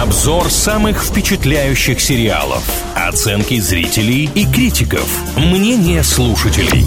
Обзор самых впечатляющих сериалов, оценки зрителей и критиков, мнение слушателей.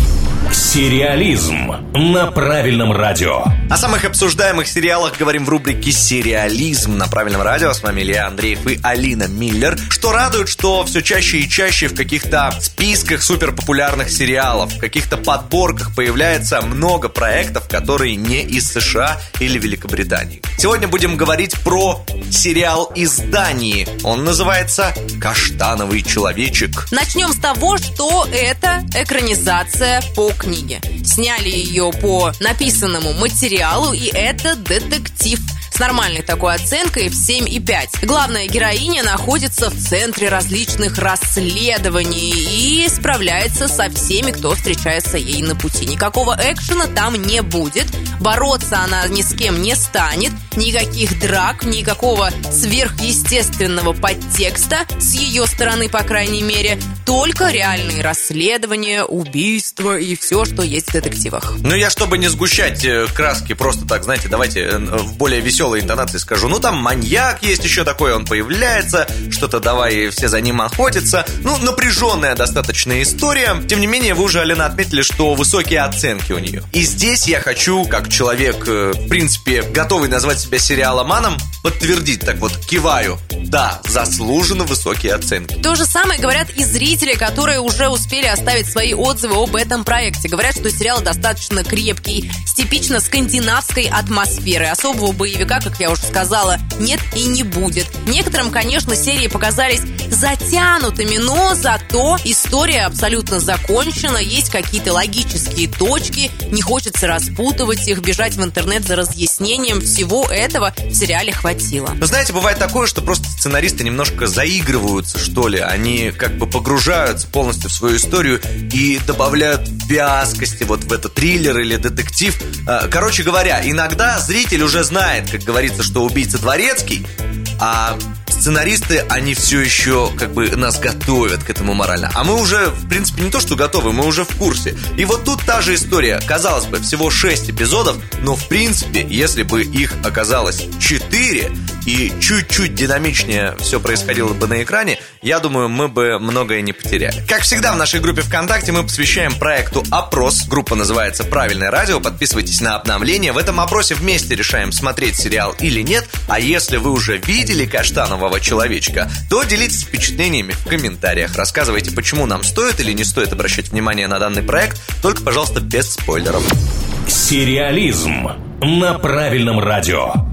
Сериализм на правильном радио. О самых обсуждаемых сериалах говорим в рубрике «Сериализм» на правильном радио. С вами Илья Андреев и Алина Миллер. Что радует, что все чаще и чаще в каких-то списках суперпопулярных сериалов, в каких-то подборках появляется много проектов, которые не из США или Великобритании. Сегодня будем говорить про сериал из Дании. Он называется «Каштановый человечек». Начнем с того, что это экранизация по книге. Сняли ее по написанному материалу, и это детектив с нормальной такой оценкой в 7,5. Главная героиня находится в центре различных расследований и справляется со всеми, кто встречается ей на пути. Никакого экшена там не будет. Бороться она ни с кем не станет. Никаких драк, никакого сверхъестественного подтекста с ее стороны, по крайней мере. Только реальные расследования, убийства и все, что есть в детективах. Ну, я, чтобы не сгущать краски, просто так, знаете, давайте в более веселой интонации скажу. Ну, там маньяк есть еще такой, он появляется, что-то давай все за ним охотятся. Ну, напряженная достаточно история. Тем не менее, вы уже, Алина, отметили, что высокие оценки у нее. И здесь я хочу, как человек, в принципе, готовый назвать себя сериаломаном, подтвердить, так вот, киваю. Да, заслуженно высокие оценки. То же самое говорят и зрители, которые уже успели оставить свои отзывы об этом проекте. Говорят, что сериал достаточно крепкий, с типично скандинавской атмосферой. Особого боевика, как я уже сказала, нет и не будет. Некоторым, конечно, серии показались затянутыми, но зато история абсолютно закончена, есть какие-то логические точки, не хочется распутывать их, бежать в интернет за разъяснением. Всего этого в сериале хватило. Но знаете, бывает такое, что просто сценаристы немножко заигрываются, что ли. Они как бы погружаются полностью в свою историю и добавляют вязкости вот в этот триллер или детектив. Короче говоря, иногда зритель уже знает, как говорится, что убийца Дворецкий, а сценаристы, они все еще как бы нас готовят к этому морально. А мы уже, в принципе, не то что готовы, мы уже в курсе. И вот тут та же история. Казалось бы, всего 6 эпизодов, но в принципе, если бы их оказалось 4 и чуть-чуть динамичнее все происходило бы на экране, я думаю, мы бы многое не потеряли. Как всегда в нашей группе ВКонтакте мы посвящаем проекту опрос. Группа называется «Правильное радио». Подписывайтесь на обновления. В этом опросе вместе решаем, смотреть сериал или нет. А если вы уже видели «Каштанового человечка», то делитесь впечатлениями в комментариях. Рассказывайте, почему нам стоит или не стоит обращать внимание на данный проект. Только, пожалуйста, без спойлеров. Сериализм на правильном радио.